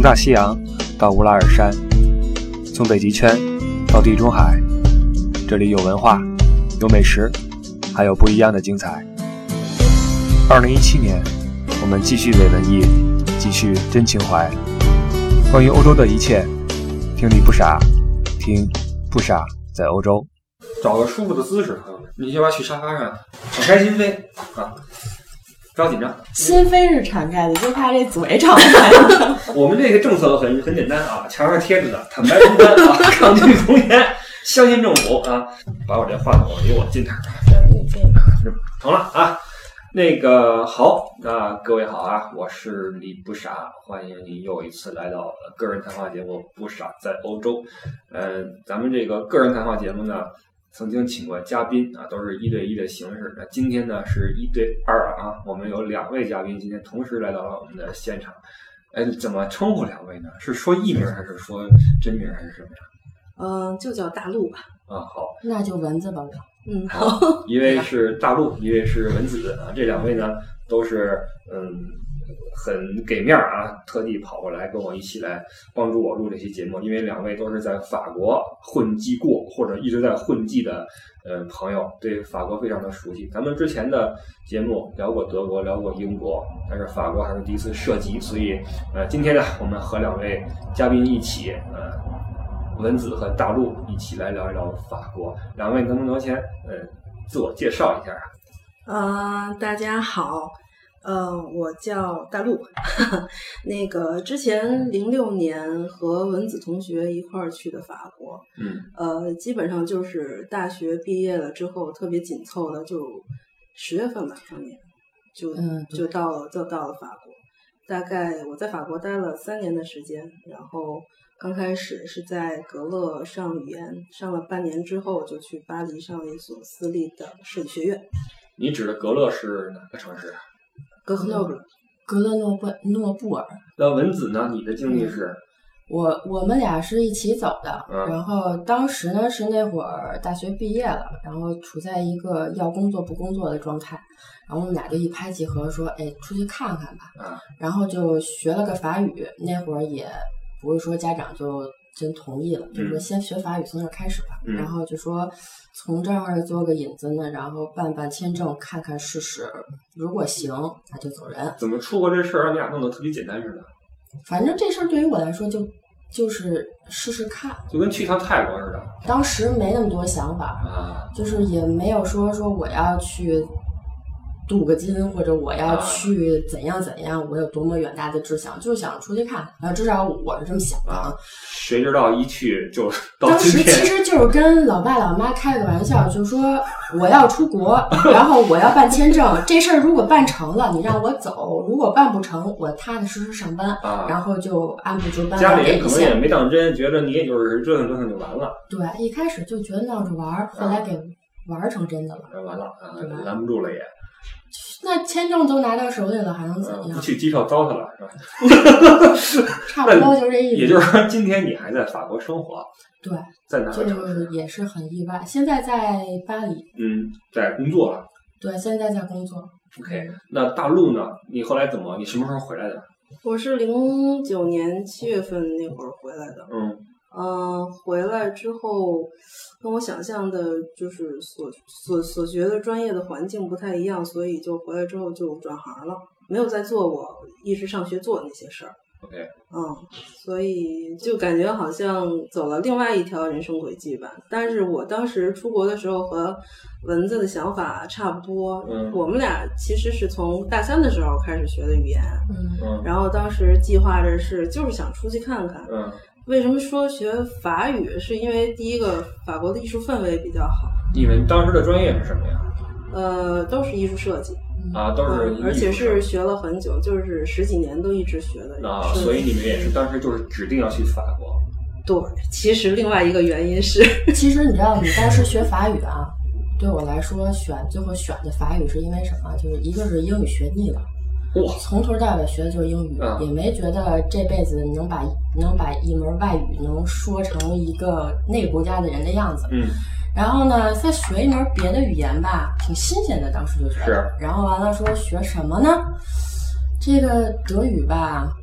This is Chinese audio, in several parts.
大西洋到乌拉尔山，从北极圈到地中海，这里有文化，有美食，还有不一样的精彩。2017年，我们继续伪文艺，继续真情怀。关于欧洲的一切，听你不傻，听不傻在欧洲。找个舒服的姿势，朋友们，你先把去沙发上，敞开心扉啊！不要紧张， 心扉是敞开的，就怕这嘴敞开了。 我们这个政策很简单啊，墙上贴着的，坦白从宽啊，抗拒从严，相信政府啊。把我这话筒离我近点，成了啊。那个好，那各位好啊，我是李不傻，欢迎您又一次来到个人谈话节目《不傻在欧洲》。咱们这个个人谈话节目呢，曾经请过嘉宾啊，都是1对1的形式。那今天呢是1对2啊，我们有2位嘉宾今天同时来到了我们的现场。怎么称呼2位呢？是说艺名还是说真名还是什么呀？ 就叫大陆吧。 啊，好， 那就蚊子吧我。 好，一位是大陆，一位是蚊子啊。这2位呢都是很给面啊，特地跑过来跟我一起来帮助我录这期节目。因为2位都是在法国混迹过或者一直在混迹的朋友，对法国非常的熟悉。咱们之前的节目聊过德国，聊过英国，但是法国还是第一次涉及，所以今天呢，我们和2位嘉宾一起蚊子和大陆一起来聊一聊法国。2位能不能先自我介绍一下啊？大家好，我叫大陆。那个之前06年和蚊子同学一块儿去的法国，基本上就是大学毕业了之后特别紧凑的，就10月份吧，上年就到了法国。大概我在法国待了3年的时间，然后刚开始是在格勒上语言，上了半年之后就去巴黎上了一所私立的设计学院。 你指的格勒是哪个城市？ 格勒诺布尔。 那蚊子呢？你的经历是？ 我们俩是一起走的，然后当时呢是那会儿大学毕业了，然后处在一个要工作不工作的状态，然后我们俩就一拍即合说，出去看看吧。然后就学了个法语，那会儿也不是说家长就真同意了，就是说先学法语从那儿开始吧。然后就说从这儿做个引子呢，然后办签证看看试试，如果行那就走人。 怎么出国这事儿让你俩弄得特别简单似的？ 反正这事儿对于我来说就是试试看， 就跟去趟泰国似的。 当时没那么多想法就是也没有说我要去镀个金，或者我要去怎样，我有多么远大的志向，就是想出去看看。至少我是这么想的谁知道一去就到当时其实就是跟老爸老妈开个玩笑，就说我要出国，然后我要办签证，这事儿如果办成了你让我走，如果办不成我踏踏实实上班然后就按部就班。 家里人可能也没当真，觉得你也就是折腾就完了。对， 一开始就觉得闹着玩，后来给玩成真的了。 完了拦不住了也。 那签证都拿到手里了，还能怎样？ 不去机票糟蹋了是吧？ 差不多就这意思。 也就是说，今天你还在法国生活？ 对， 在哪个城市？ 就是也是很意外。现在在巴黎。 在工作了。 对，现在在工作。 OK， 那大陆呢？你后来你什么时候回来的？ 我是09年7月份那会儿回来的。回来之后跟我想象的就是所学的专业的环境不太一样，所以就回来之后就转行了，没有再做我一直上学做的那些事儿。 OK， 所以就感觉好像走了另外一条人生轨迹吧。但是我当时出国的时候和蚊子的想法差不多，我们俩其实是从大3的时候开始学的语言，然后当时计划着就是想出去看看。为什么说学法语？是因为第一个，法国的艺术氛围比较好。 你们当时的专业是什么呀？ 都是艺术设计都是而且是学了很久，就是10几年都一直学的所以你们也是当时就是指定要去法国。 对，其实另外一个原因是，其实你知道，你当时学法语对我来说最后选的法语是因为什么？就是一个是英语学腻了。从头到尾学的就是英语，也没觉得这辈子能把一门外语能说成一个那个国家的人的样子。然后呢，再学一门别的语言吧，挺新鲜的，当时就觉得。然后完了说学什么呢？这个德语吧，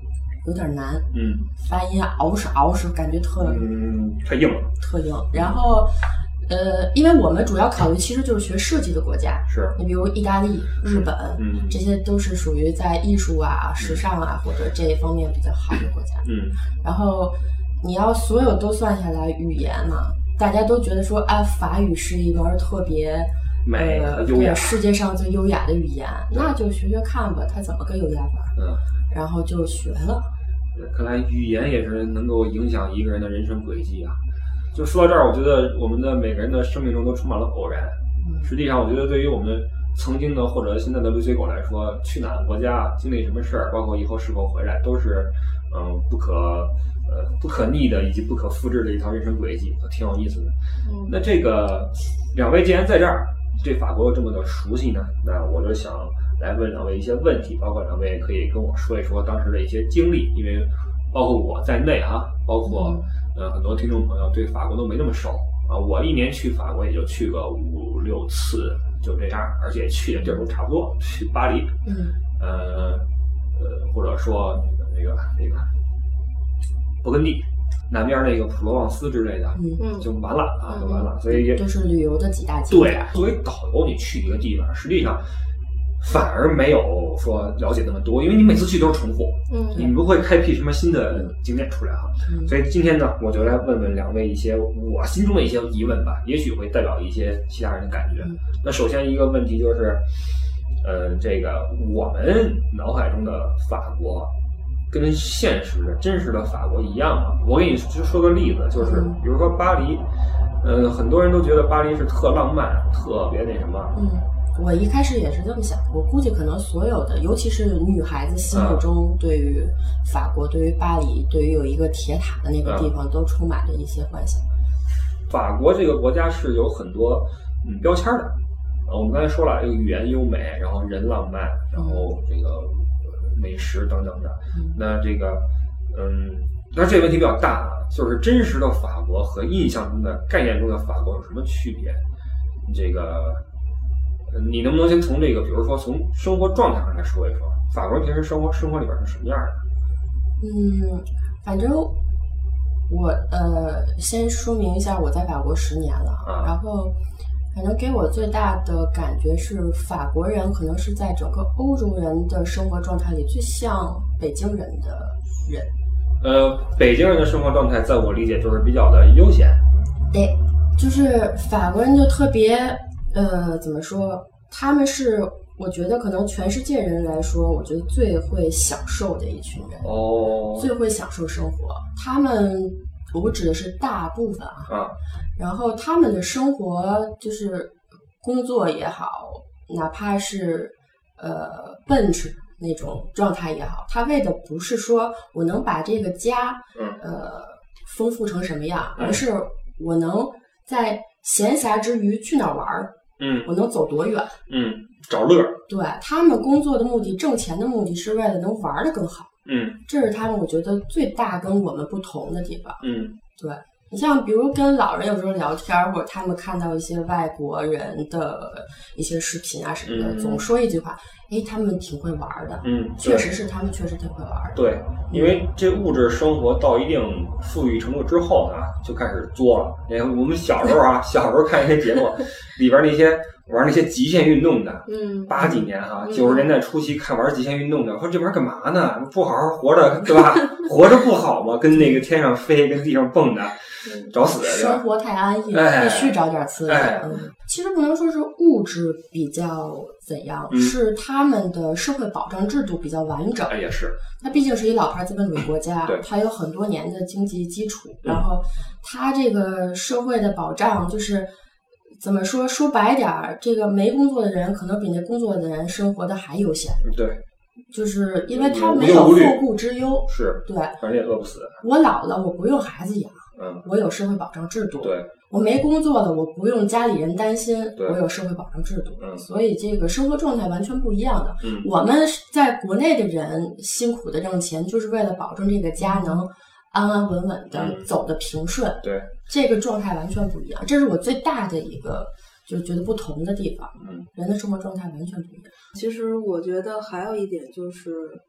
有点难，发音嗷是感觉太硬了， 特硬。然后因为我们主要考虑其实就是学设计的国家， 是你比如意大利、日本，这些都是属于在艺术啊、时尚啊或者这一方面比较好的国家。然后你要所有都算下来，语言嘛，大家都觉得说法语是一门特别美优雅， 世界上最优雅的语言，那就学学看吧，它怎么个优雅法？然后就学了。 看来语言也是能够影响一个人的人生轨迹啊。就说到这儿，我觉得我们的每个人的生命中都充满了偶然。实际上，我觉得对于我们曾经的或者现在的绿水狗来说，去哪个国家经历什么事儿，包括以后是否回来，都是不可逆的以及不可复制的一条人生轨迹，挺有意思的。那这个两位既然在这儿对法国有这么的熟悉呢，那我就想来问两位一些问题，包括两位可以跟我说一说当时的一些经历，因为包括我在内包括很多听众朋友对法国都没那么熟啊。我一年去法国也就去个5-6次，就这样，而且去的地儿都差不多，去巴黎，或者说那个勃艮第南边那个普罗旺斯之类的，就完了啊，就完了。所以这是旅游的几大景点。 对，作为导游，你去一个地方，实际上反而没有说了解那么多，因为你每次去都是重复，你不会开辟什么新的景点出来哈。所以今天呢，我就来问问两位一些我心中的一些疑问吧，也许会代表一些其他人的感觉。那首先一个问题就是，这个我们脑海中的法国跟现实的真实的法国一样吗？我给你说个例子，就是比如说巴黎，很多人都觉得巴黎是特浪漫，特别那什么。 我一开始也是这么想，我估计可能所有的，尤其是女孩子心目中对于法国、对于巴黎、对于有一个铁塔的那个地方，都充满着一些幻想。 法国这个国家是有很多标签的，我们刚才说了，这个语言优美，然后人浪漫，然后这个美食等等的。那这个但是这个问题比较大啊，就是真实的法国和印象中的概念中的法国有什么区别？这个你能不能先从这个，比如说从生活状态上来说一说，法国人平时生活里边是什么样的？ 反正我先说明一下，我在法国10年了，然后反正给我最大的感觉是，法国人可能是在整个欧洲人的生活状态里最像北京人的人。 北京人的生活状态，在我理解就是比较的悠闲。 对，就是法国人就特别怎么说？他们是我觉得可能全世界人来说，我觉得最会享受的一群人。最会享受生活。他们，我指的是大部分然后他们的生活就是工作也好，哪怕是奔驰那种状态也好，他为的不是说我能把这个家丰富成什么样，而是我能在闲暇之余去哪儿玩，我能走多远， 找乐。 对，他们工作的目的，挣钱的目的是为了能玩得更好，这是他们我觉得最大跟我们不同的地方。对，你像比如跟老人有时候聊天，或者他们看到一些外国人的一些视频啊什么的，总说一句话，他们挺会玩的。确实是，他们确实挺会玩的。 对，因为这物质生活到一定富裕程度之后呢，就开始作了。我们小时候看一些节目，里边那些玩那些极限运动的，80几年90年代初期看玩极限运动的，说这玩意儿干嘛呢？不好好活着，对吧？活着不好吗？跟那个天上飞，跟地上蹦的，找死！ 生活太安逸，必须找点刺激。其实不能说是物质比较怎样，是他们的社会保障制度比较完整。 也是， 它毕竟是一老牌资本主义国家，它有很多年的经济基础，然后它这个社会的保障就是怎么说？说白点儿，这个没工作的人可能比那工作的人生活的还悠闲。 对， 就是因为他没有后顾之忧。 是， 对， 反正也饿不死。 我老了，我不用孩子养，我有社会保障制度。 对， 我没工作了，我不用家里人担心，我有社会保障制度。所以这个生活状态完全不一样的。我们在国内的人辛苦的挣钱，就是为了保证这个家能安安稳稳的走得平顺。 对， 这个状态完全不一样，这是我最大的一个就觉得不同的地方。人的生活状态完全不一样。 其实我觉得还有一点就是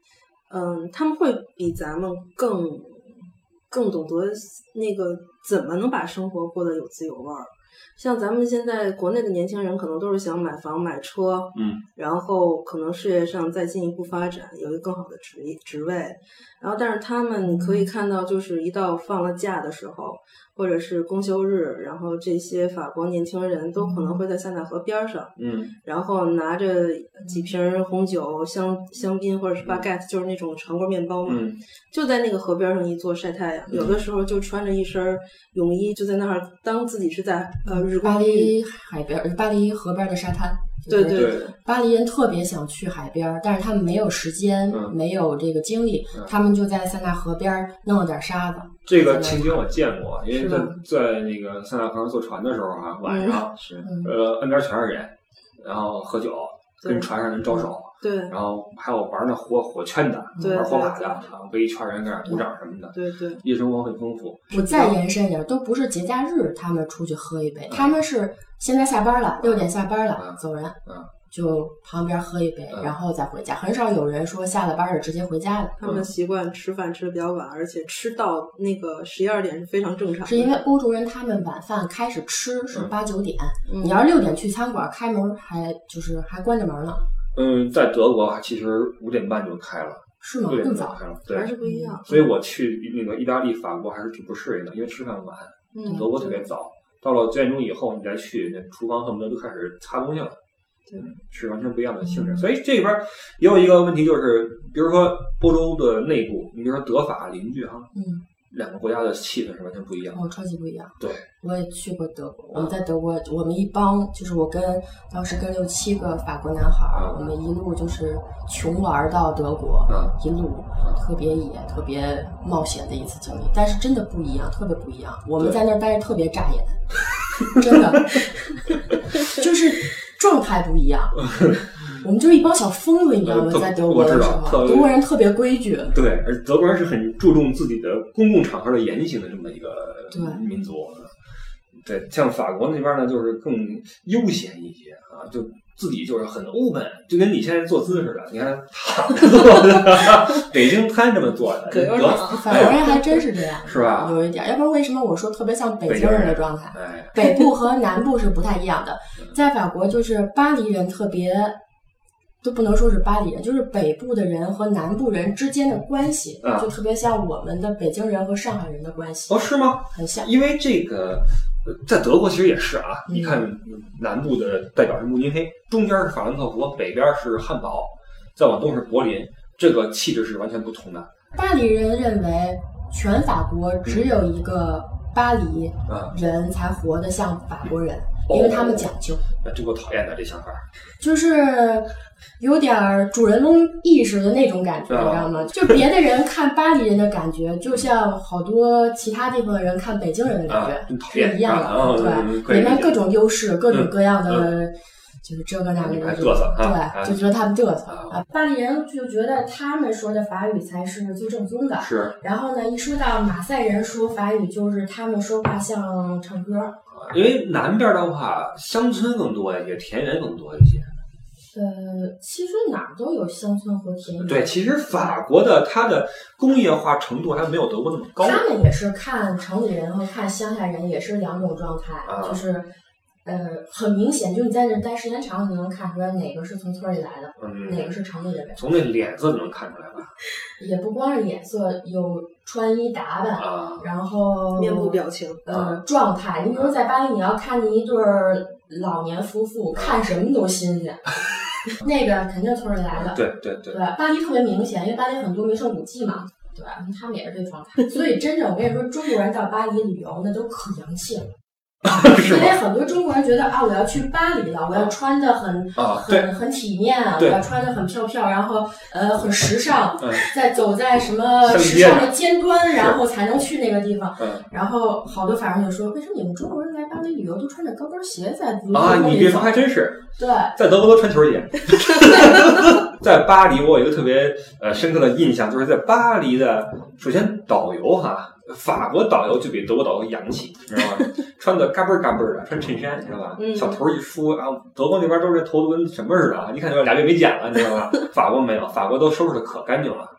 他们会比咱们更懂得那个怎么能把生活过得有滋有味儿。像咱们现在国内的年轻人可能都是想买房买车，然后可能事业上再进一步发展，有一个更好的职位，然后但是他们你可以看到，就是一到放了假的时候，或者是公休日，然后这些法国年轻人都可能会在塞纳河边上，然后拿着几瓶红酒、香槟或者是巴盖特，就是那种长棍面包嘛，就在那个河边上一坐晒太阳，有的时候就穿着一身泳衣，就在那儿当自己是在日光巴黎海边、巴黎河边的沙滩。 对对对， 巴黎人特别想去海边，但是他们没有时间，没有这个精力，他们就在塞纳河边弄了点沙子。 这个情景我见过，因为在那个塞纳河上坐船的时候啊，晚上岸边全是人，然后喝酒，跟船上人招手， 对， 然后还有玩那火圈的，玩火把的，围一圈人在那鼓掌什么的， 对对， 夜生活很丰富。 我再延伸一点，都不是节假日，他们出去喝一杯，他们是现在下班了，6点下班了，走人，就旁边喝一杯，然后再回家。很少有人说下了班了直接回家的。 他们习惯吃饭吃得比较晚，而且吃到那个11、12点是非常正常的。 是因为欧洲人他们晚饭开始吃是8、9点，你要是6点去餐馆，开门还关着门呢。 在德国其实5点半就开了。 是吗？更早开了，对， 还是不一样。 所以我去那个意大利、法国还是挺不适应的，因为吃饭晚。德国特别早，到了9点钟以后你再去，那厨房恨不得就开始擦东西了。 对， 是完全不一样的性质。所以这边也有一个问题，就是比如说欧洲的内部，你比如说德法邻居哈，两个国家的气氛是完全不一样的。 超级不一样。 对， 我也去过德国，我们在德国，我们一帮就是我当时跟6、7个法国男孩，我们一路就是穷玩到德国，一路特别野、特别冒险的一次经历。但是真的不一样，特别不一样。我们在那儿待着特别扎眼，真的，就是状态不一样。我们就是一帮小疯子，你知道吗？在德国的时候，德国人特别规矩。 对，而德国人是很注重自己的公共场合的言行的这么一个民族。对，像法国那边呢，就是更悠闲一些啊，就自己就是很 open， 就跟你现在坐姿似的。你看躺着坐的，北京瘫这么坐的， 法国人还真是这样， 是吧？ 有一点，要不然为什么我说特别像北京人的状态？北部和南部是不太一样的。在法国，就是巴黎人特别。都不能说是巴黎人，就是北部的人和南部人之间的关系，就特别像我们的北京人和上海人的关系。 哦，是吗？ 很像。 因为这个在德国其实也是啊，你看南部的代表是慕尼黑，中间是法兰克福，北边是汉堡，再往东是柏林，这个气质是完全不同的。 巴黎人认为全法国只有一个巴黎人才活得像法国人，因为他们讲究。 这够讨厌的，这想法。 就是有点主人翁意识的那种感觉，你知道吗？就别的人看巴黎人的感觉，就像好多其他地方的人看北京人的感觉是一样的，对，里面各种优势，各种各样的。就是这个那个的，对，就觉得他们嘚瑟啊。巴黎人就觉得他们说的法语才是最正宗的， 是。 然后呢，一说到马赛人说法语，就是他们说话像唱歌。 因为南边的话，乡村更多一些，田园更多一些。 其实哪儿都有乡村和田园。 对，其实法国的它的工业化程度还没有德国那么高。 他们也是看城里人和看乡下人也是两种状态，就是。很明显，就你在这待时间长，你能看出来哪个是从村里来的，哪个是城里的人。 从那脸色能看出来吧？ 也不光是脸色，有穿衣打扮，然后面部表情， 状态。你比如在巴黎，你要看见一对老年夫妇，看什么都新鲜。那个肯定村里来的。 对， 巴黎特别明显，因为巴黎很多名胜古迹嘛，对吧？他们也是这状态。所以真正我跟你说，中国人到巴黎旅游那都可洋气了。因为很多中国人觉得我要去巴黎了，我要穿的很体面，我要穿的很漂，然后很时尚，再走在什么时尚的尖端，然后才能去那个地方。然后好多法国人就说，为什么你们中国人来巴黎旅游都穿着高跟鞋在你别说，还真是。 对， 在德国都穿球鞋。在巴黎，我有一个特别深刻的印象，就是在巴黎的，首先导游法国导游就比德国导游洋气，你知道吗？穿的嘎嘣的，穿衬衫，你知道吧？小头一梳，德国那边都是头都跟什么似的，一看就俩月没剪了，你知道吧？法国没有，法国都收拾的可干净了。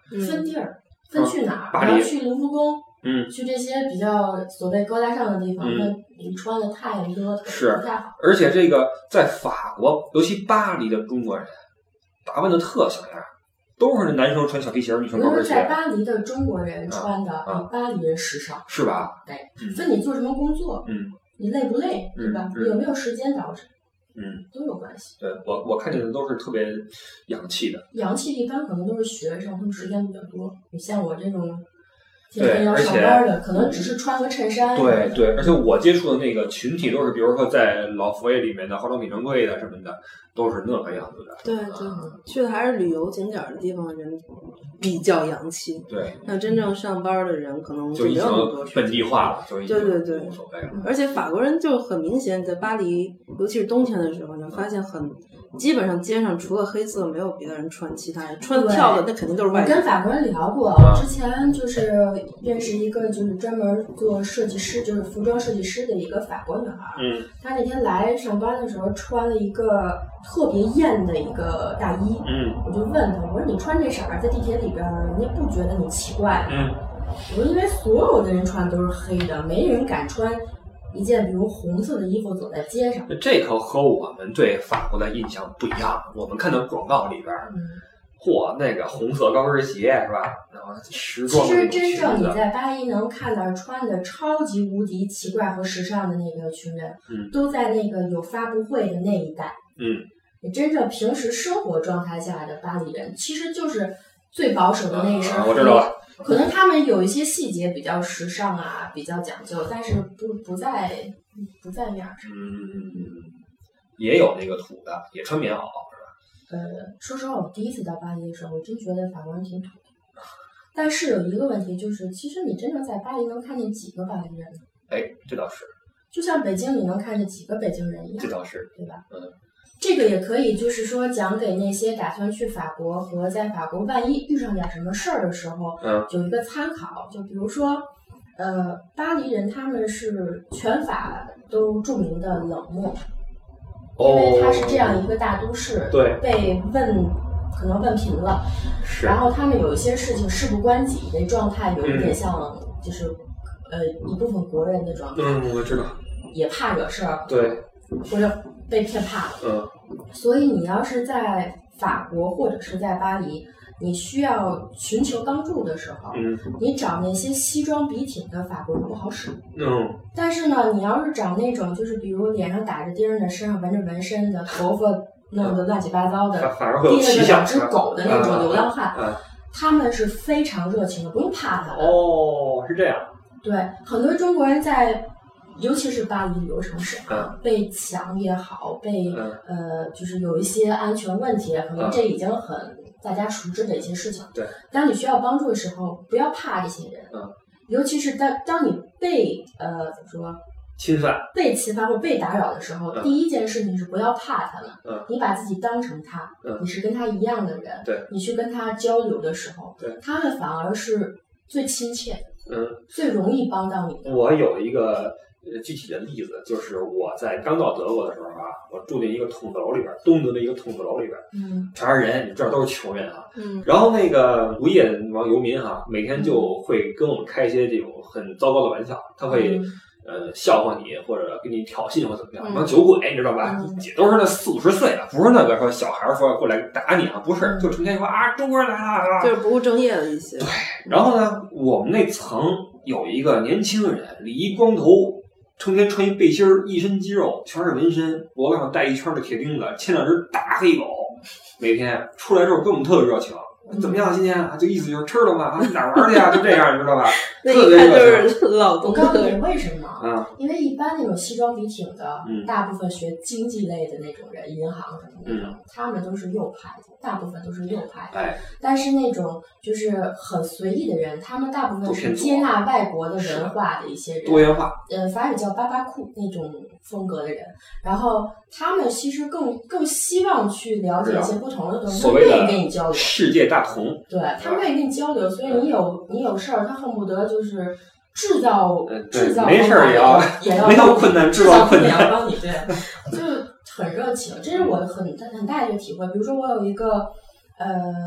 分地儿，分去哪儿？你要去卢浮宫，去这些比较所谓高大上的地方，那你穿的太多， 是不太好。 而且这个在法国，尤其巴黎的中国人，打扮的特像样，都是那男生穿小皮鞋，女生高跟鞋。 在巴黎的中国人穿的比巴黎人时尚， 是吧？ 对，分你做什么工作，你累不累，对吧？你有没有时间倒饬？都有关系。 对，我看见的都是特别洋气的。 洋气一般可能都是学生，他们时间比较多。你像我这种天天要上班的，可能只是穿个衬衫。 对对，而且我接触的那个群体都是，比如说在老佛爷里面的化妆品专柜的什么的，都是那个样子的。 对对，去的还是旅游景点的地方，人比较洋气。 对， 那真正上班的人可能就已经本地化了，就已经对无所谓了。 而且法国人就很明显，在巴黎，尤其是冬天的时候，你发现基本上街上除了黑色，没有别的人穿其他人穿跳的，那肯定都是外国人。 我跟法国人聊过，我之前就是认识一个就是专门做设计师，就是服装设计师的一个法国女孩。她那天来上班的时候穿了一个特别艳的一个大衣。我就问她，我说你穿这色儿在地铁里边，人家不觉得你奇怪吗？我说因为所有的人穿都是黑的，没人敢穿一件比如红色的衣服走在街上。 这可和我们对法国的印象不一样。我们看到广告里边，那个红色高跟鞋是吧？然后时装的那种裙子。 其实真正你在巴黎能看到穿的超级无敌奇怪和时尚的那个群人，都在那个有发布会的那一带。你真正平时生活状态下的巴黎人，其实就是最保守的那一身。 我知道了。 可能他们有一些细节比较时尚啊，比较讲究，但是不在面上。 也有那个土的，也穿棉袄，是吧？ 说实话，我第一次到巴黎的时候，我真觉得法国人挺土的。但是有一个问题就是，其实你真正在巴黎能看见几个巴黎人呢？ 这倒是。 就像北京，你能看见几个北京人一样。 这倒是， 对吧？这个也可以，就是说讲给那些打算去法国和在法国万一遇上点什么事儿的时候，有一个参考。就比如说，巴黎人他们是全法都著名的冷漠，因为它是这样一个大都市， 对， 被可能问贫了，然后他们有一些事情事不关己，那状态有一点像，就是一部分国人的状态。 我知道， 也怕惹事儿， 对， 或者被骗怕了。所以你要是在法国或者是在巴黎，你需要寻求帮助的时候，你找那些西装笔挺的法国人不好使。但是呢，你要是找那种就是比如脸上打着钉的，身上纹着纹身的，头发弄得乱七八糟的， 反而会有提了两只狗的那种流浪汉，他们是非常热情的，不用怕他的。 是这样。 对，很多中国人尤其是巴黎旅游城市，被抢也好，被就是有一些安全问题，可能这已经很大家熟知的一些事情。 对， 当你需要帮助的时候，不要怕这些人。尤其是当你被怎么说？被侵犯或被打扰的时候，第一件事情是不要怕他们，你把自己当成他，你是跟他一样的人，你去跟他交流的时候，他们反而是最亲切的，最容易帮到你的。 我有一个具体的例子，就是我在刚到德国的时候啊，我住进一个筒子楼里边，东德的一个筒子楼里边，全是人，你知道都是穷人啊，然后那个无业游民哈，每天就会跟我们开一些这种很糟糕的玩笑，他会笑话你或者跟你挑衅或怎么样，什么酒鬼，你知道吧？也都是那40-50岁的，不是那个说小孩说过来打你啊，不是，就成天说啊中国人来了， 就是不务正业的一些。 对，然后呢，我们那层有一个年轻人，理一光头，成天穿一背心儿，一身肌肉，全是纹身，脖子上带一圈的铁钉子，牵两只大黑狗，每天出来之后跟我们特别热情。怎么样？今天啊，就意思就是吃了吗？哪玩去呀？就这样，你知道吧？ 那一看就是老东我告诉你为什么？因为一般那种西装笔挺的，大部分学经济类的那种人，银行什么那种，他们都是右派的，大部分都是右派的。但是那种就是很随意的人，他们大部分是接纳外国的文化的一些人， 多元化。 法语叫巴巴库那种风格的人，然后他们其实更希望去了解一些不同的东西， 所谓的跟你交流。 世界大同， 对，他们愿意跟你交流，所以你有事儿，他恨不得就是制造没事儿也要没有困难制造困难， 也要帮你，对，就很热情，这是我很大的一个体会。比如说我有一个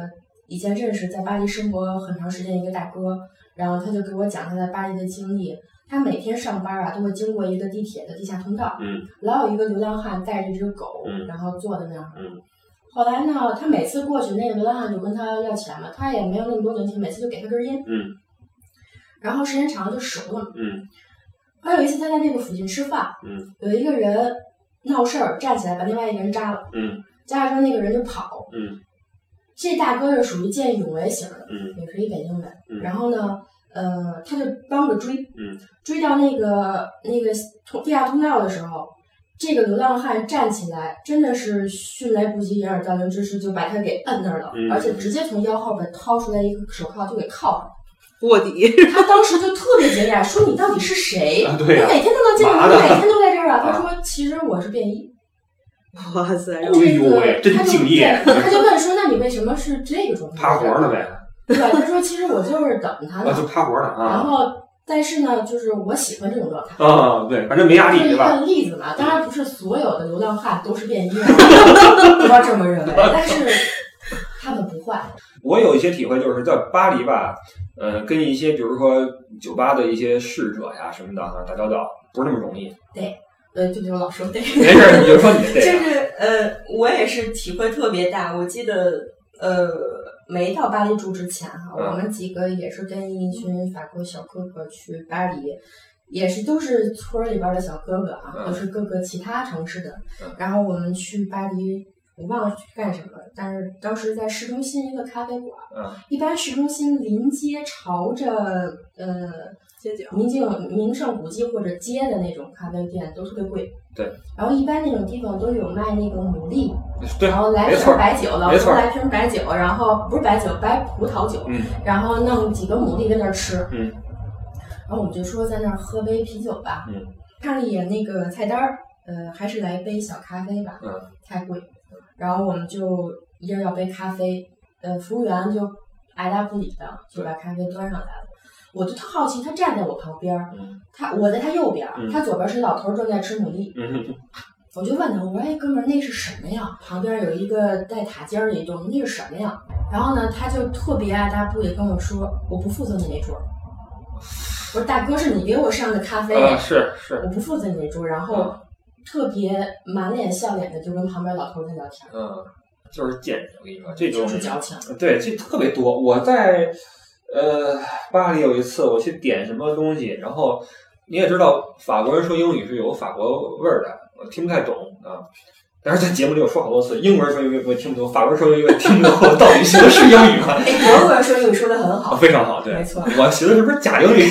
以前认识在巴黎生活很长时间一个大哥，然后他就给我讲他在巴黎的经历。他每天上班啊，都会经过一个地铁的地下通道，老有一个流浪汉带着一只狗，然后坐在那儿。后来呢，他每次过去，那个流浪汉就跟他要钱嘛，他也没有那么多零钱，每次就给他根烟。然后时间长了就熟了。还有一次他在那个附近吃饭，有一个人闹事儿，站起来把另外一个人扎了。扎了之后那个人就跑。这大哥是属于见义勇为型的，也是一北京人。然后呢，他就帮着追，追到那个地下通道的时候，这个流浪汉站起来，真的是迅雷不及掩耳盗铃之势，就把他给摁那儿了，而且直接从腰后边掏出来一个手铐就给铐上了。 卧底， 他当时就特别惊讶，说你到底是谁？ 对呀， 我每天都能见到你，每天都在这儿啊。他说其实我是便衣。 哇塞， 这个真敬业。 他就问说，那你为什么是这个状态？ 趴活呢呗。 对，他说其实我就是等他呢， 就趴活呢啊。 然后，但是呢，就是我喜欢这种状态对，反正没压力，对吧？ 这是一个例子嘛，当然不是所有的流浪汉都是便衣，不要这么认为，但是他们不坏。 我有一些体会，就是在巴黎吧，跟一些比如说酒吧的一些侍者呀什么的打交道，不是那么容易。 对，就比如老说对， 没事，你就说你的。 就是我也是体会特别大。我记得没到巴黎住之前哈，我们几个也是跟一群法国小哥哥去巴黎，也是都是村里边的小哥哥啊，都是各个其他城市的。然后我们去巴黎，我忘了去干什么，但是当时在市中心一个咖啡馆。一般市中心临街朝着街角名胜古迹或者街的那种咖啡店都特别贵。 对。 然后一般那种地方都有卖那个牡蛎， 对， 然后来瓶白酒，老头来瓶白酒，然后不是白酒，白葡萄酒，然后弄几个牡蛎跟那儿吃。然后我们就说在那儿喝杯啤酒吧。看了一眼那个菜单儿，还是来杯小咖啡吧。太贵。然后我们就一人要杯咖啡，服务员就爱答不理的就把咖啡端上来了。我就特好奇，他站在我旁边，我在他右边，他左边是老头正在吃牡蛎。我就问他，我说：“哎，哥们儿，那是什么呀？”旁边有一个带塔尖的一栋，那是什么呀？然后呢，他就特别爱答不理跟我说：“我不负责你那桌。”我说：“大哥，是你给我上的咖啡。” 是， 我不负责你那桌。然后特别满脸笑脸的就跟旁边老头在聊天。 就是贱人，我跟你说，这种就是矫情。 对，这特别多。我在巴黎有一次，我去点什么东西，然后你也知道，法国人说英语是有法国味儿的，我听不太懂啊。但是在节目里我说好多次，英国人说英语我听不懂，法国人说英语我听不懂，我到底学的是英语吗？ 德国人说英语说的很好， 非常好，对， 没错。 我学的是不是假英语？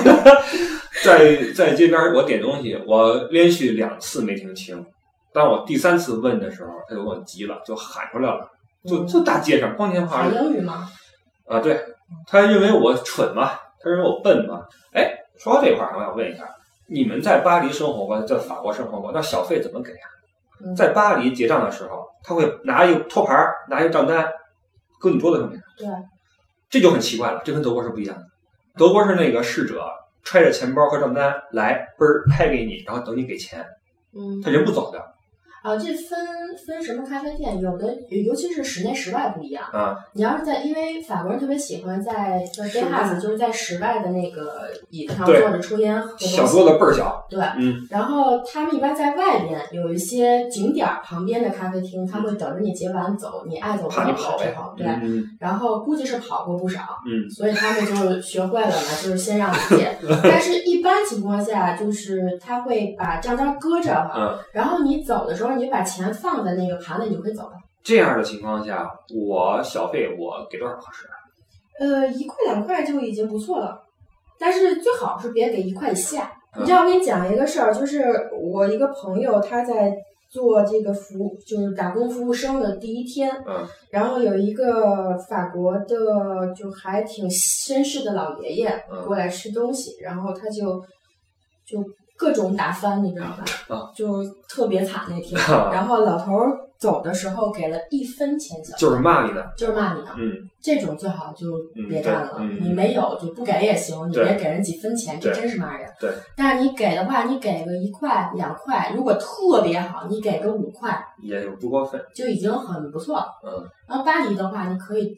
在这边我点东西，我连续2次没听清。当我第3次问的时候，他就给我急了，就喊出来了，就大街上光天化日。 英语吗？ 对，他认为我蠢嘛，他认为我笨嘛。哎，说到这块儿，我想问一下，你们在巴黎生活过，在法国生活过，那小费怎么给啊？在巴黎结账的时候，他会拿一个托盘，拿一个账单，搁你桌子上面。 对， 这就很奇怪了，这跟德国是不一样的。德国是那个侍者揣着钱包和账单来，嘣儿拍给你，然后等你给钱。他人不走的。 这分什么咖啡店，有的尤其是室内室外不一样。你要是因为法国人特别喜欢在terrace，就是在室外的那个椅子上坐着抽烟喝东西， 小桌子倍儿小。 对，然后他们一般在外边有一些景点旁边的咖啡厅，他会等着你结完走，你爱走不走的时候，对，然后估计是跑过不少，所以他们就学会了嘛，就是先让你结。但是一般情况下，就是他会把账单搁着然后你走的时候，你就把钱放在那个盘子，你就可以走了。 这样的情况下，我小费我给多少合适 ？1块2块就已经不错了，但是最好是别给1块以下。你知道我跟你讲一个事儿，就是我一个朋友他在做这个就是打工服务生的第1天，然后有一个法国的就还挺绅士的老爷爷过来吃东西，然后他就各种打翻，你知道吧？就特别惨那天。然后老头走的时候给了1分钱小费， 就是骂你的， 这种最好就别干了。你没有就不给也行，你别给人几分钱，这真是骂人。 对。 但是你给的话，你给个1块2块，如果特别好，你给个5块， 也不过分， 就已经很不错了。然后巴黎的话，你可以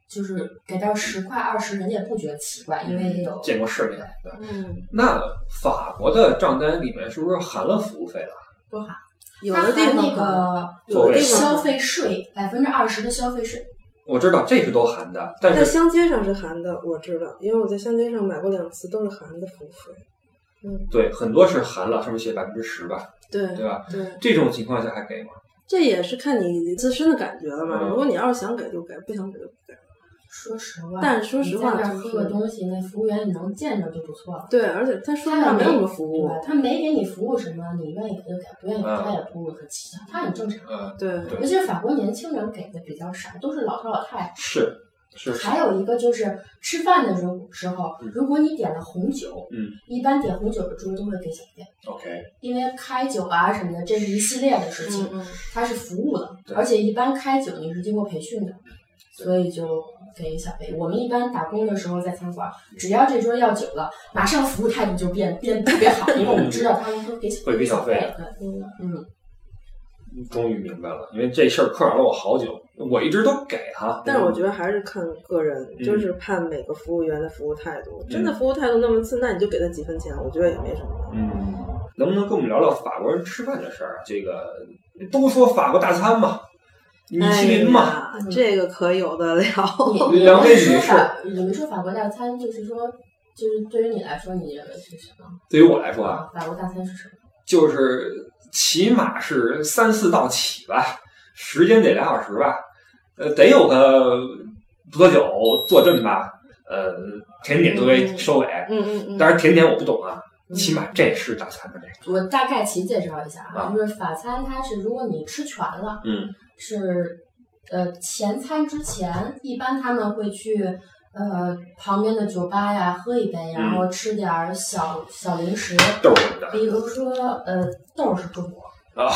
就是给到10块20，人家也不觉得奇怪，因为也有见过世面。对，那法国的账单里面是不是含了服务费了？ 不含， 有的地方那个有的消费税20%的消费税。 我知道这是都含的，但是在乡街上是含的，我知道，因为我在乡街上买过2次，都是含的服务费。 对，很多是含了，上面写10%吧， 对吧？ 对， 这种情况下还给吗？ 这也是看你自身的感觉了嘛。如果你要是想给就给，不想给就不给。 说实话， 但是说实话， 你在那喝个东西，那服务员你能见着就不错了。 对，而且他说实话没有什么服务， 他没给你服务什么，你愿意给就给，不愿意给他也不很计较，他很正常。 对， 尤其是法国年轻人给的比较少，都是老头老太太。 是。 还有一个就是吃饭的时候，如果你点了红酒，一般点红酒的桌都会给小费。 OK， 因为开酒啊什么的，这是一系列的事情，它是服务的，而且一般开酒你是经过培训的，所以就给小费。我们一般打工的时候在餐馆，只要这桌要酒了，马上服务态度就变特别好，因为我们知道他们会给小费。 终于明白了，因为这事儿困扰了我好久，我一直都给他。 但是我觉得还是看个人，就是判每个服务员的服务态度。真的服务态度那么次，那你就给他几分钱，我觉得也没什么。 能不能跟我们聊聊法国人吃饭的事儿？这个都说法国大餐嘛，米其林嘛， 这个可有的聊。 两位女士， 你们说法国大餐，就是说，就是对于你来说，你认为是什么？ 对于我来说啊， 法国大餐是什么？ 就是起码是3、4道起吧，时间得2小时吧，得有个葡萄酒坐镇吧，甜点作为收尾。当然甜点我不懂啊，起码这是大餐的这个。我大概其介绍一下啊，就是法餐它是如果你吃全了，是前餐之前一般他们会去旁边的酒吧呀喝一杯，然后吃点小零食， 豆什么的， 比如说豆是中国。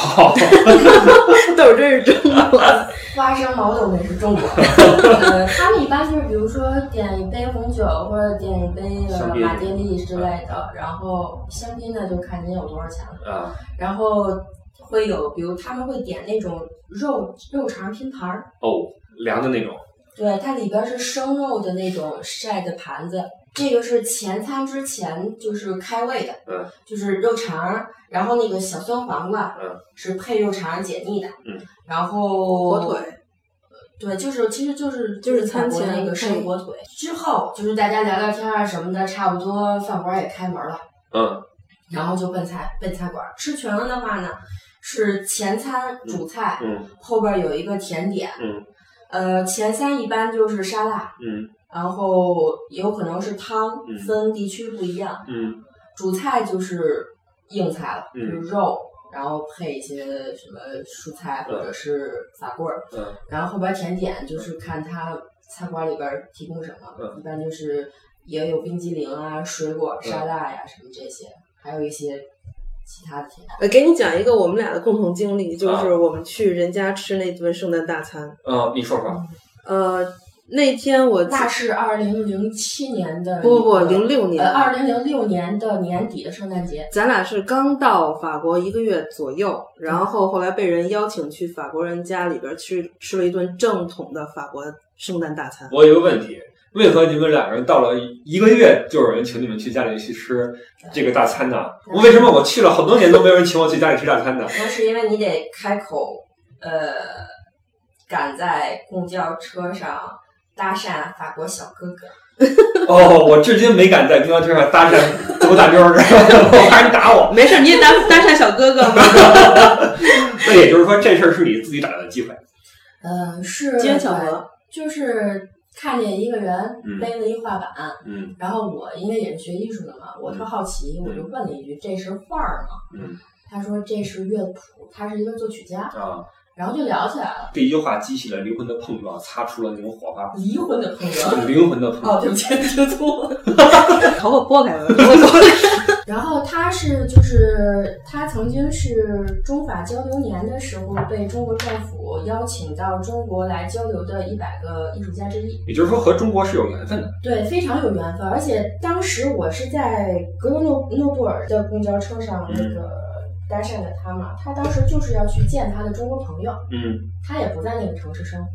豆真是中国， 花生毛豆那是中国。他们一般就是比如说点一杯红酒或者点一杯马爹利之类的，然后香槟呢就看您有多少钱了。然后会有，比如他们会点那种肉肠拼盘凉的那种。 对，它里边是生肉的那种晒的盘子。这个是前餐之前就是开胃的，就是肉肠，然后那个小酸黄瓜，是配肉肠解腻的，然后火腿， 对，其实就是餐前那个生火腿。之后就是大家聊聊天啊什么的，差不多饭馆也开门了，然后就奔餐馆。吃全了的话呢，是前餐主菜，后边有一个甜点，前三一般就是沙拉，然后有可能是汤，分地区不一样。主菜就是硬菜了，就是肉，然后配一些什么蔬菜或者是法棍儿。然后后边甜点就是看他餐馆里边提供什么，一般就是也有冰激凌啊、水果沙拉呀什么这些，还有一些其他的甜点。 给你讲一个我们俩的共同经历，就是我们去人家吃那顿圣诞大餐。 你说说。 那天那是2007年的不06年 ，2006年的年底的圣诞节。 咱俩是刚到法国1个月左右，然后后来被人邀请去法国人家里边吃了一顿正统的法国圣诞大餐。 我有个问题，为何你们2个人到了1个月就有人请你们去家里去吃这个大餐呢？为什么我去了很多年都没有人请我去家里吃大餐呢？ 那是因为你得开口，赶在公交车上搭讪法国小哥哥。 我至今没敢在公交车上搭讪多大妞儿，我怕人打我。 没事，你也搭讪小哥哥吗？ 那也就是说，这事儿是你自己找的机会。 是机缘巧合， 就是看见一个人背了一画板，然后我因为也是学艺术的嘛，我特好奇，我就问了一句：“这是画儿吗？”他说：“这是乐谱，他是一个作曲家。”然后就聊起来了。 这一句话激起了灵魂的碰撞，擦出了那种火花。 离婚的碰撞， 灵魂的碰撞。 对不起，听错了。 头发拨开了。 然后他曾经是中法交流年的时候被中国政府邀请到中国来交流的100个艺术家之一。 也就是说，和中国是有缘分的。 对，非常有缘分。而且当时我是在格勒诺布尔的公交车上那个。搭讪的他嘛，他当时就是要去见他的中国朋友，他也不在那个城市生活，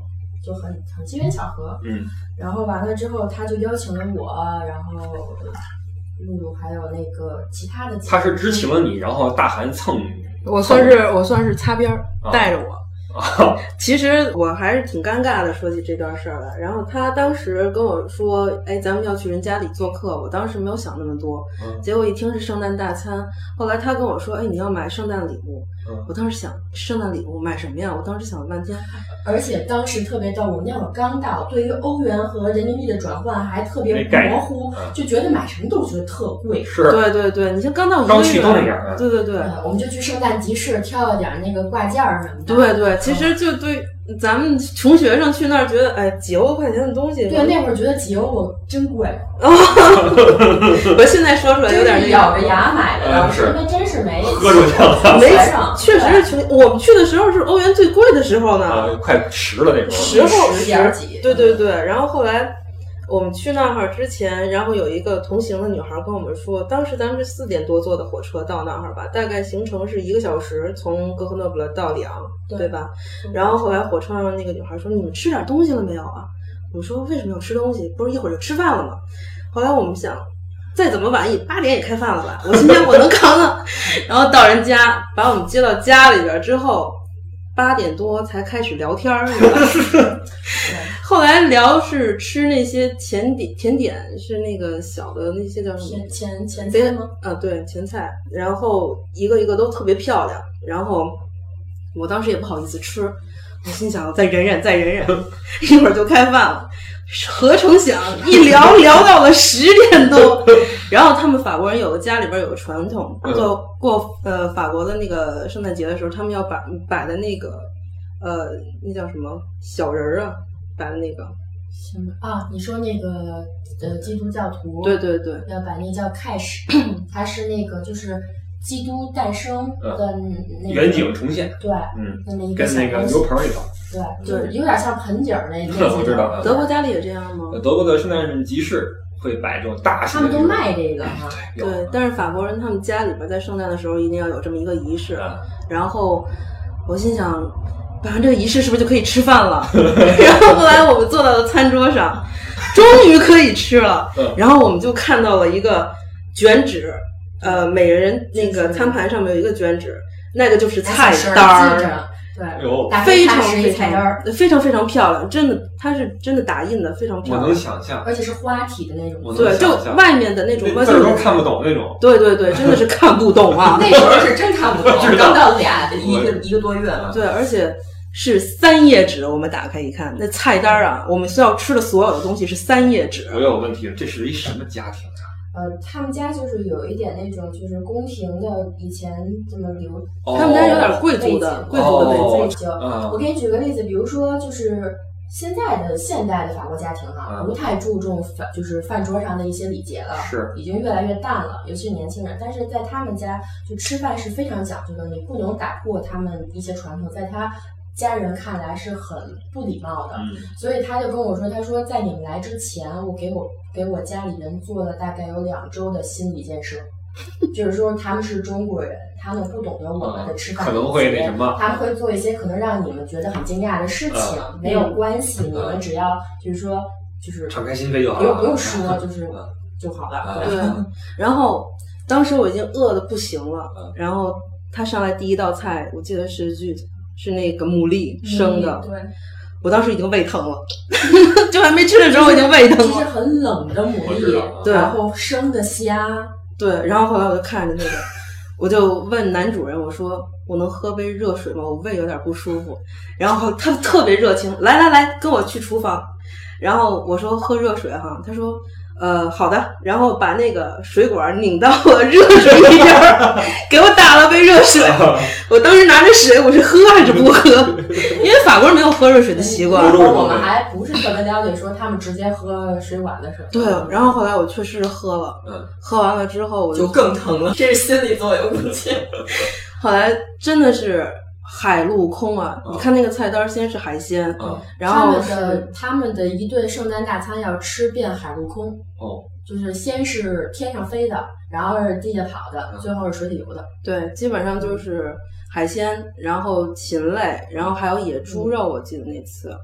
就很机缘巧合。然后完了之后，他就邀请了我，然后露露还有那个其他的。 他是知情了你，然后大韩蹭你。 我算是擦边带着我。其实我还是挺尴尬的，说起这段事儿来。然后他当时跟我说：“哎，咱们要去人家里做客。”我当时没有想那么多，结果一听是圣诞大餐。后来他跟我说：“哎，你要买圣诞礼物。”我当时想，圣诞礼物买什么呀？我当时想了半天。 而且当时特别逗，我那会儿刚到，对于欧元和人民币的转换还特别模糊，就觉得买什么都觉得特贵。 是， 对，你像刚到刚去都那样。 对， 我们就去圣诞集市挑了点那个挂件什么的。 对，其实就对咱们穷学生去那儿觉得，哎，几欧块钱的东西。 对，那会儿觉得几欧我真贵。 我现在说出来有点咬着牙买的，当时因为真是没喝着酱， 没确实是穷。我们去的时候是欧元最贵的时候呢， 快10了那时候 ，10 点几。 对。然后后来我们去那儿之前，然后有一个同行的女孩跟我们说，当时咱们是4点多坐的火车到那儿吧，大概行程是1个小时，从格赫诺布勒到里昂，对吧？然后后来火车上那个女孩说：“你们吃点东西了没有啊？”我说：“为什么要吃东西？不是一会儿就吃饭了吗？”后来我们想，再怎么晚8点也开饭了吧？我今天我能扛的。然后到人家把我们接到家里边之后，8点多才开始聊天儿，是吧？后来聊是吃那些甜点，是那个小的那些叫什么前菜吗？ 对，前菜。然后一个一个都特别漂亮。然后我当时也不好意思吃，我心想再忍忍，一会儿就开饭了。何成想一聊到了10点多。然后他们法国人家里边有个传统，过法国的那个圣诞节的时候，他们要摆的那个那叫什么小人啊，摆的那个你说那个基督教徒， 对， 要摆那叫开始，它是那个就是基督诞生的那个远景重现， 对，那么一个跟那个牛棚里头， 对，就是有点像盆景那我知道。 德国家里也这样吗？ 德国的圣诞集市会摆这种大型的， 他们都卖这个哈。 对，但是法国人他们家里边在圣诞的时候一定要有这么一个仪式。然后我心想，摆完这个仪式是不是就可以吃饭了？然后后来我们坐到了餐桌上，终于可以吃了。然后我们就看到了一个卷纸，每人那个餐盘上面有一个卷纸，那个就是菜单儿。 对， 非常非常漂亮，真的，它是真的打印的，非常漂亮。 我能想象， 而且是花体的那种。 对，就外面的那种， 字都看不懂那种。 对，真的是看不懂啊。 那时候是真看不懂，刚到一个多月了。 对，而且是3页纸，我们打开一看，那菜单啊，我们需要吃的所有的东西是3页纸。 我有问题，这是一什么家庭啊？ 他们家就是有一点那种就是宫廷的，以前这么留。 他们家有点贵族的背景。 我给你举个例子，比如说就是现代的法国家庭不太注重就是饭桌上的一些礼节了， 是已经越来越淡了，尤其是年轻人。但是在他们家，就吃饭是非常讲究的，你不能打破他们一些传统，在他家人看来是很不礼貌的。所以他就跟我说，他说在你们来之前，我给我家里人做了大概有2周的心理建设。就是说他们是中国人，他们不懂得我们的吃饭， 可能会那什么， 他们会做一些可能让你们觉得很惊讶的事情，没有关系，你们只要就是说就是敞开心扉就好了， 不用说，就是就好了。 对，然后当时我已经饿得不行了，然后他上来第一道菜，我记得是那个牡蛎生的， 对。 我当时已经胃疼了，就还没吃的时候我已经胃疼了。 其实很冷的牡蛎， 对， 然后生的虾， 对。然后后来我就看着那个，我就问男主人，我说我能喝杯热水吗？我胃有点不舒服。然后他特别热情，来，跟我去厨房。然后我说喝热水哈，他说好的，然后把那个水管拧到了热水里边，给我打了杯热水。我当时拿着水，我是喝还是不喝？因为法国人没有喝热水的习惯。 我们还不是特别了解，说他们直接喝水管的水。 对，然后后来我确实是喝了，喝完了之后我就更疼了，这是心理作用估计。 后来真的是海陆空啊！你看那个菜单，先是海鲜，然后他们的一顿圣诞大餐要吃遍海陆空就是先是天上飞的，然后是地下跑的，最后是水里游的。 对，基本上就是海鲜，然后禽类，然后还有野猪肉。我记得那次，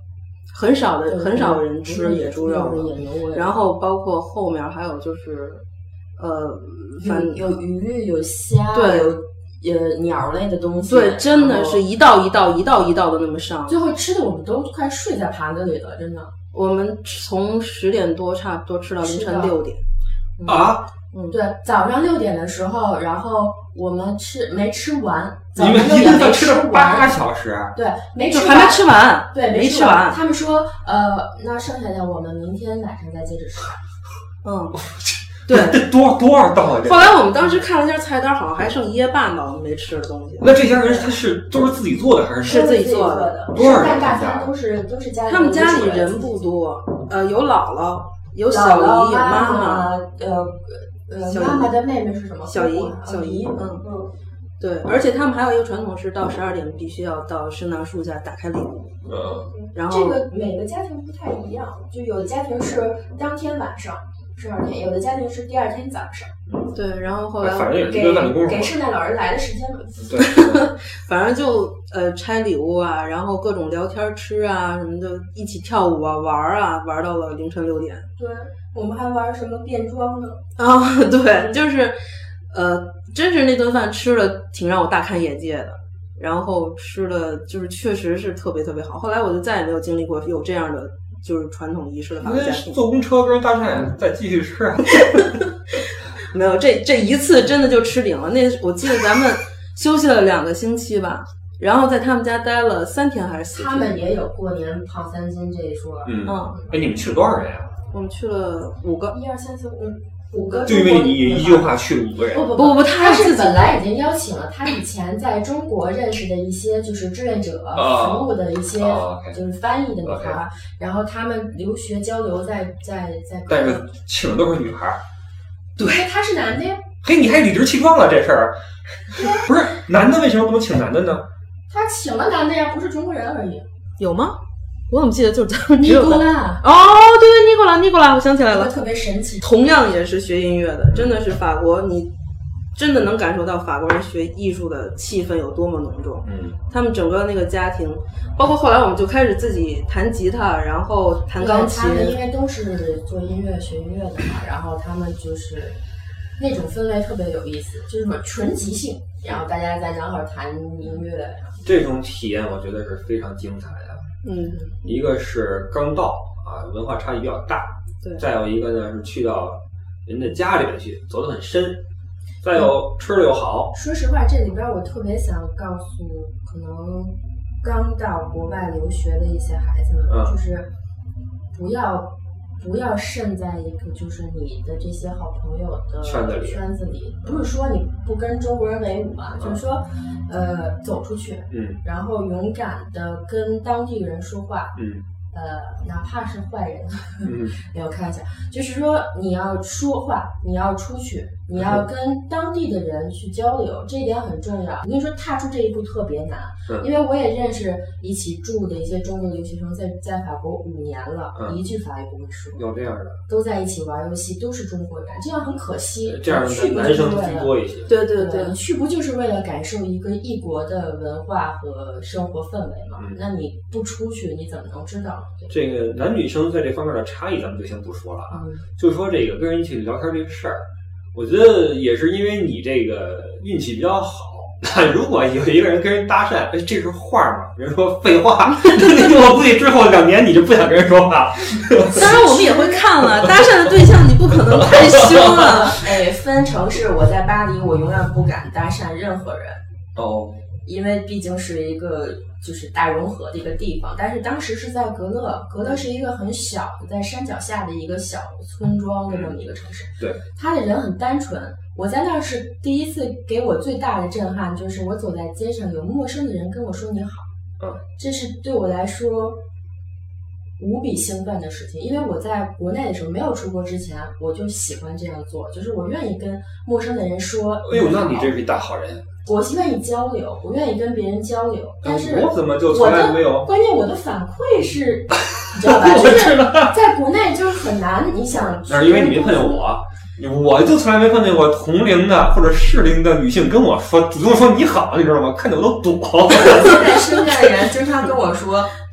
很少人吃野猪肉，然后包括后面还有就是有鱼有虾， 对， 有鸟类的东西， 对，真的是一道一道的那么上， 最后吃的我们都快睡在盘子里了，真的。 我们从10点多差不多吃到凌晨6点啊。 对，早上6点的时候，然后我们没吃完，早上 6点没吃了8小时， 对，没吃完， 还没吃完， 对， 没吃完。 他们说，那剩下的我们明天晚上再接着吃。 对， 这多少道啊？ 后来我们当时看了一下菜单，好像还剩1夜半吧，我们没吃的东西。 那这些人都是自己做的还是自己做的？ 多少人？ 大餐都是家里。 他们家里人不多，有姥姥，有小姨，有妈妈， 妈妈的妹妹是什么？ 小姨，对，而且他们还有一个传统是到12点必须要到圣诞树下打开礼物。然后这个每个家庭不太一样，就有的家庭是当天晚上12点，有的家庭是第2天早上。 对，然后后来反正也是一个饭的功夫， 给圣诞老人来的时间嘛。 对， 反正就拆礼物啊，然后各种聊天吃啊什么的，一起跳舞啊玩到了凌晨6点。 对，我们还玩什么变装呢？ 对，就是真是那顿饭吃的挺让我大开眼界的，然后吃的就是确实是特别特别好。后来我就再也没有经历过有这样的就是传统仪式的法国家庭。 坐公车跟人搭讪再继续吃啊。 没有，这一次真的就吃顶了。我记得咱们休息了2个星期吧，然后在他们家待了3天还是4天。 他们也有过年胖3斤这一说。 你们去了多少人啊？ 我们去了5个。 1、2、3、4、5个。 就因为你一句话去了5个人。 不，他是本来已经邀请了他以前在中国认识的一些就是志愿者服务的一些就是翻译的女孩，然后他们留学交流在。 但是请的都是女孩。 对，他是男的呀。 嘿，你还理直气壮了这事儿？不是男的为什么不能请男的呢？ 他请了男的呀，不是中国人而已。 有吗？我怎么记得就是咱们尼古拉。 对，尼古拉，我想起来了， 特别神奇。 同样也是学音乐的，真的是法国，你真的能感受到法国人学艺术的气氛有多么浓重。他们整个那个家庭，包括后来我们就开始自己弹吉他，然后弹钢琴。 他们因为都是做音乐、学音乐的嘛，然后他们就是那种氛围特别有意思，就是说纯即兴，然后大家在那儿弹音乐。 这种体验我觉得是非常精彩的。一个是刚到啊，文化差异比较大。 对。 再有一个呢是去到人的家里面去，走得很深。再有吃的又好。 说实话，这里边我特别想告诉可能刚到国外留学的一些孩子们，就是不要渗在一个就是你的这些好朋友的圈子里。不是说你不跟中国人为伍啊，就是说走出去，然后勇敢的跟当地人说话，哪怕是坏人，没有开玩笑，就是说你要说话，你要出去，你要跟当地的人去交流，这一点很重要。我跟你说，踏出这一步特别难，因为我也认识一起住的一些中国留学生，在法国5年了，一句法语不会说， 有这样的， 都在一起玩游戏，都是中国人，这样很可惜。 这样的男生居多一些。 对， 你去不就是为了感受一个异国的文化和生活氛围吗？那你不出去，你怎么能知道？ 这个男女生在这方面的差异，咱们就先不说了啊。就说这个跟人一起聊天这个事儿，我觉得也是因为你这个运气比较好。如果有一个人跟人搭讪，这是话吗？人说废话，我估计之后2年你就不想跟人说话。 当然我们也会看了，搭讪的对象你不可能太凶了。 分城市，我在巴黎，我永远不敢搭讪任何人。因为毕竟是一个就是大融合的一个地方，但是当时是在格勒是一个很小的在山脚下的一个小村庄的这么一个城市。 对， 他的人很单纯。我在那儿是第一次给我最大的震撼，就是我走在街上有陌生的人跟我说你好，这是对我来说无比兴奋的事情。因为我在国内的时候没有出国之前，我就喜欢这样做，就是我愿意跟陌生的人说。 那你这是一大好人。 我愿意交流，我愿意跟别人交流，但是我怎么就从来没有？ 关键我的反馈是，你知道吧？就是在国内就是很难，你想。 那是因为你没碰见我就从来没碰见过同龄的或者适龄的女性跟我说主动说你好，你知道吗？看着我都躲。 现在身边的人经常跟我说，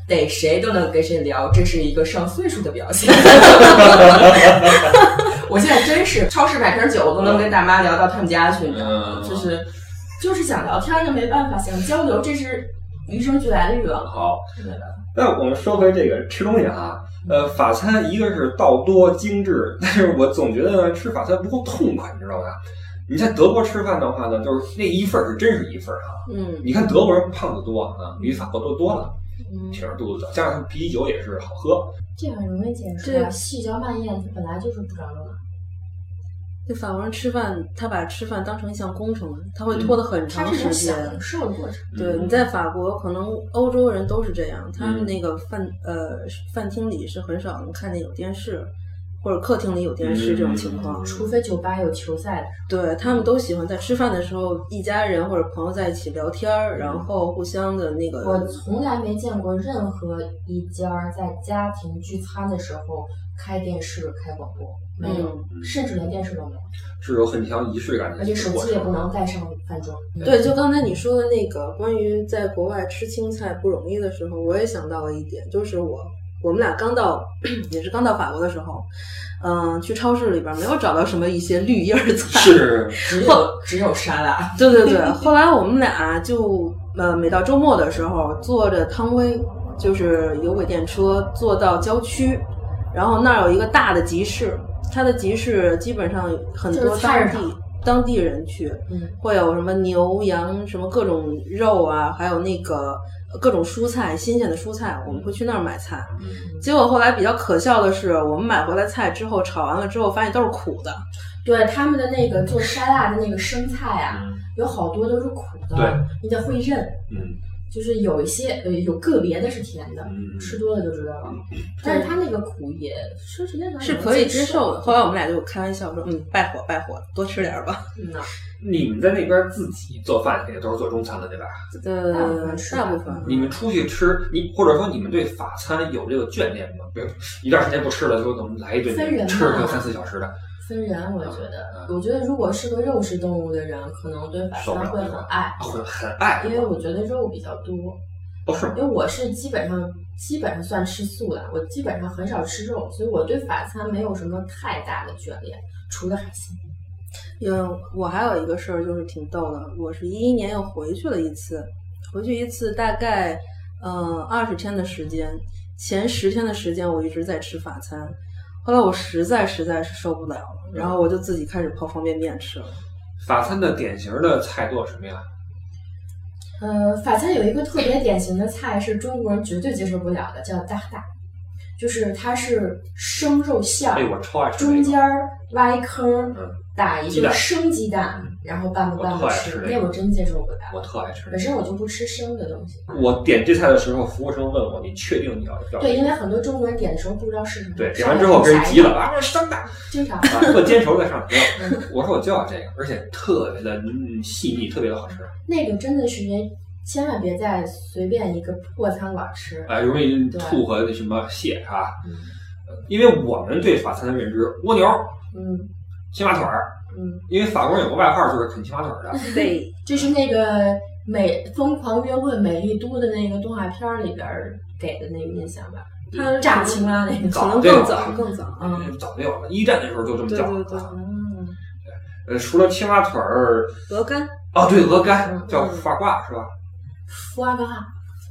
逮谁都能跟谁聊，这是一个上岁数的表现。我现在真是超市买瓶酒都能跟大妈聊到他们家去，你知道吗？就是想聊天就没办法，想交流，这是与生俱来的欲望。 好，那我们说回这个吃东西啊，法餐一个是道多精致，但是我总觉得吃法餐不够痛快，你知道吧？你在德国吃饭的话呢，就是那一份是真是一份啊。你看德国人胖子多啊，比法国多了。挺着肚子的，加上他们啤酒也是好喝。 这很容易解释啊，细嚼慢咽，它本来就是不长肉的。 这法国人吃饭，他把吃饭当成一项工程，他会拖得很长时间。 它是享受的过程。 对，你在法国，可能欧洲人都是这样，他们那个饭厅里是很少能看见有电视。或者客厅里有电视这种情况， 除非酒吧有球赛的时候。对，他们都喜欢在吃饭的时候，一家人或者朋友在一起聊天，然后互相的那个。 我从来没见过任何一家在家庭聚餐的时候开电视、开广播，没有，甚至连电视都没有。 是有很强仪式感的， 而且手机也不能带上饭桌。 对，就刚才你说的那个关于在国外吃青菜不容易的时候，我也想到了一点，就是我们俩也是刚到法国的时候，去超市里边没有找到什么一些绿叶菜， 是只有沙拉。 对对对，后来我们俩就每到周末的时候，坐着汤威，就是有轨电车坐到郊区，然后那儿有一个大的集市，它的集市基本上很多当地人去，会有什么牛羊什么各种肉啊，还有那个各种蔬菜，新鲜的蔬菜，我们会去那儿买菜。结果后来比较可笑的是，我们买回来菜之后炒完了之后，发现都是苦的。 对，他们的那个做沙拉的那个生菜啊，有好多都是苦的， 对， 你得会认。就是有一些有个别的是甜的，吃多了就知道了。但是它那个苦也说时间长是可以接受的。后来我们俩就开玩笑说，败火，多吃点吧。 你们在那边自己做饭也都是做中餐的对吧？ 大部分。 你们出去吃，或者说你们对法餐有这个眷恋吗？比如一段时间不吃了，就我们来一顿吃个3-4小时的。 分人，我觉得如果是个肉食动物的人，可能对法餐会很爱， 很爱， 因为我觉得肉比较多。 是吗？ 因为我是基本上算吃素的，我基本上很少吃肉，所以我对法餐没有什么太大的眷恋，除了海鲜。 因为我还有一个事儿就是挺逗的，我是2011年又回去一次大概20天的时间，前10天的时间我一直在吃法餐。后来我实在是受不了了，然后我就自己开始泡方便面吃了。 法餐的典型的菜做什么呀？ 法餐有一个特别典型的菜是中国人绝对接受不了的，叫大大，就是它是生肉馅儿， 我超爱吃， 中间挖一坑，打一个生鸡蛋，然后拌着吃，那我真接受不了。 我特爱吃， 本身我就不吃生的东西。 我点这菜的时候，服务生问我：“你确定你要？” 对，因为很多中国人点的时候不知道是什么。 对，点完之后跟人急了啊，生的， 经常特煎熟再上不要。我说我就要这个，而且特别的细腻，特别的好吃。 那个真的是千万别在随便一个破餐馆吃， 容易吐和那什么血是吧？因为我们对法餐的认知，蜗牛，青蛙腿儿，因为法国人有个外号就是啃青蛙腿的。 对， 这是那个疯狂约会美丽都的那个动画片里边给的那个印象吧？他炸青蛙那个， 可能更早， 早就有了。1战的时候就这么叫了。 对， 除了青蛙腿儿， 鹅肝。 哦，对，鹅肝叫法挂是吧？ 福阿嘎，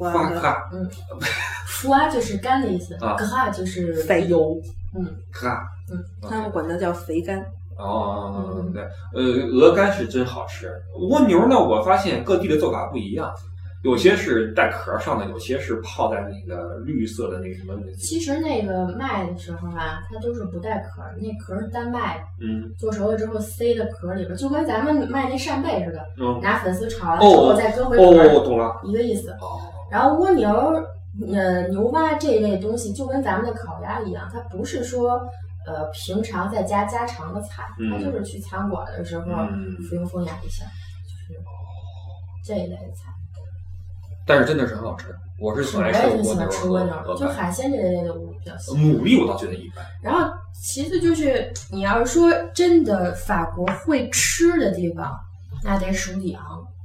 福阿就是肝的意思，嘎就是肥油， 嘎， 他们管它叫肥肝。 对，鹅肝是真好吃。蜗牛呢，我发现各地的做法不一样，有些是带壳上的，有些是泡在那个绿色的那个什么。 其实那个卖的时候啊，它都是不带壳，那壳是单卖。做熟了之后塞在壳里边，就跟咱们卖那扇贝似的，拿粉丝炒了之后再搁回壳， 懂了， 一个意思。然后蜗牛、牛蛙这一类东西，就跟咱们的烤鸭一样，它不是说平常在家家常的菜，它就是去餐馆的时候风雅一下，就是这一类的菜。 但是真的是很好吃，我是很爱吃蜗牛，就海鲜这类的我比较喜欢。 牡蛎我倒觉得一般。 然后其次就是你要是说真的法国会吃的地方，那得数里昂。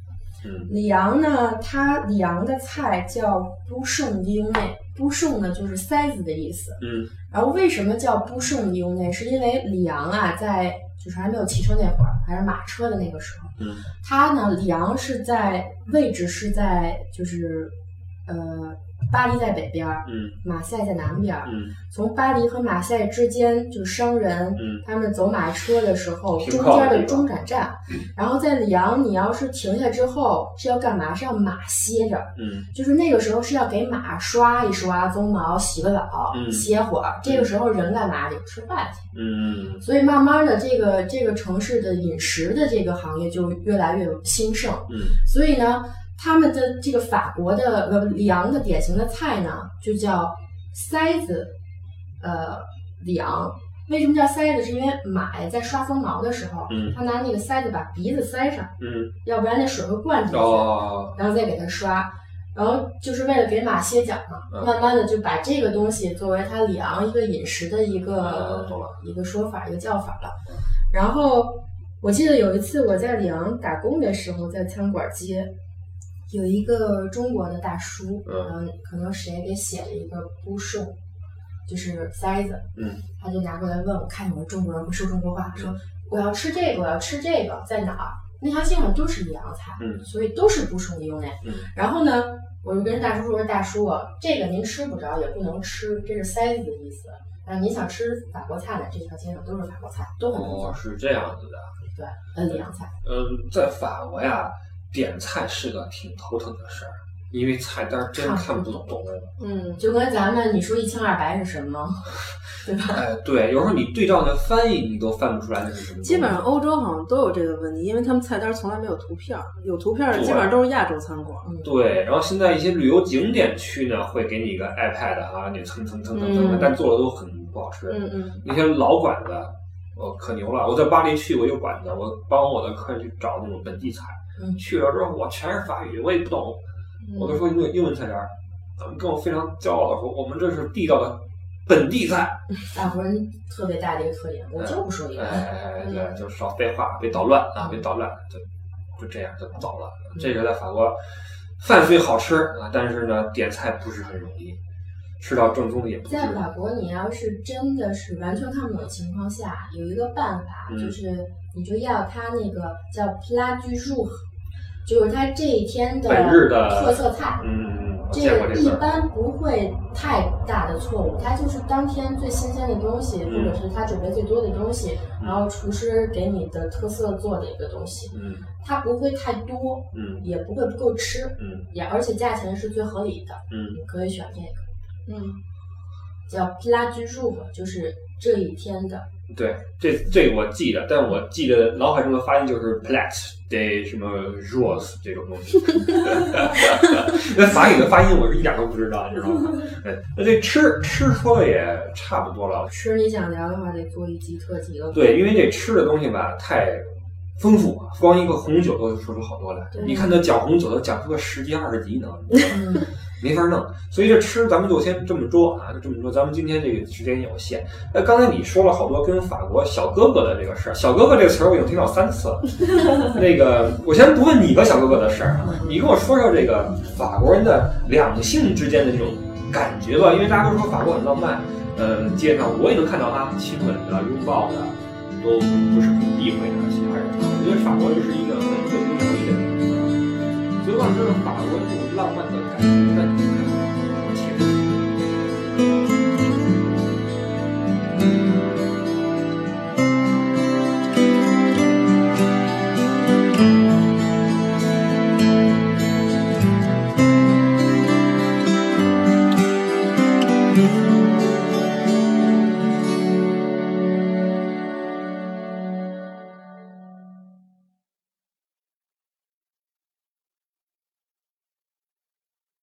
里昂呢，里昂的菜叫布圣利翁内，布圣呢就是塞子的意思。然后为什么叫布圣利翁内？是因为里昂啊，在就是还没有汽车那会儿，还是马车的那个时候，它呢，里昂是在位置是在就是巴黎在北边，马赛在南边，从巴黎和马赛之间，就是商人，他们走马车的时候，中间的中转站，然后在里昂，你要是停下之后是要干嘛？是要马歇着，就是那个时候是要给马刷一刷鬃毛、洗个澡、歇会儿，这个时候人干嘛？得吃饭去，所以慢慢的这个城市的饮食的这个行业就越来越兴盛，所以呢。他们的这个法国的里昂的典型的菜呢，就叫塞子，里昂。为什么叫塞子？是因为马在刷鬃毛的时候，他拿那个塞子把鼻子塞上，要不然那水会灌进去，然后再给它刷。然后就是为了给马歇脚嘛，慢慢的就把这个东西作为他里昂一个饮食的一个说法，一个叫法了。然后我记得有一次我在里昂打工的时候，在餐馆街。有一个中国的大叔，可能谁给写了一个布圣，就是塞子，他就拿过来问我，看有个中国人会说中国话，说我要吃这个，我要吃这个，在哪儿？那条街上都是里昂菜，所以都是布圣利翁内。然后呢，我就跟大叔说，大叔，这个您吃不着，也不能吃，这是塞子的意思。您想吃法国菜呢，这条街上都是法国菜，都很多。 是这样子的。 对，里昂菜。 在法国呀。点菜是个挺头疼的事儿，因为菜单真看不懂。 就跟咱们你说1清2白是什么，对吧？ 对，有时候你对照那翻译，你都翻不出来那是什么。 基本上欧洲好像都有这个问题，因为他们菜单从来没有图片，有图片的基本上都是亚洲餐馆。 对，然后现在一些旅游景点区呢，会给你一个 iPad 啊，你蹭，但做的都很不好吃。那些老馆子，可牛了。我在巴黎去过一个馆子，我帮我的客人去找那种本地菜。去了之后，我全是法语，我也不懂，我都说英文菜单，跟我非常骄傲的说，我们这是地道的本地菜。 法国人特别大的一个特点，我就不说英文。 对，就少废话，别捣乱啊，别捣乱，就这样就走了。这个在法国，饭虽好吃啊，但是呢，点菜不是很容易，吃到正宗的也不是。 在法国，你要是真的是完全看不懂情况下，有一个办法，就是你就要它那个叫 plat du jour， 就是它这一天的本日的特色菜。这个一般不会太大的错误，它就是当天最新鲜的东西，或者是他准备最多的东西，然后厨师给你的特色做的一个东西。它不会太多，也不会不够吃，而且价钱是最合理的。你可以选这个。叫 plat du jour， 就是这一天的。 对，这个我记得，但我记得脑海中的发音就是 plat de 什么 jours 这种东西。那法语的发音我是一点都不知道，你知道吗？那这吃说的也差不多了。 吃你想聊的话，得做一集特辑了。 对，因为这吃的东西吧太丰富了，光一个红酒都说出好多来。你看他讲红酒，都讲出个10集20集呢。没法弄，所以这吃咱们就先这么说啊，就这么说。咱们今天这个时间有限。刚才你说了好多跟法国小哥哥的这个事儿，小哥哥这个词儿我已经听到3次了。那个，我先不问你和小哥哥的事儿啊，你跟我说说这个法国人的两性之间的这种感觉吧，因为大家都说法国很浪漫，街上我也能看到他亲吻的、拥抱的，都不是很避讳的其他人。我觉得法国人是一个很有魅力的人，所以我想知道法国这种浪漫的感觉在你看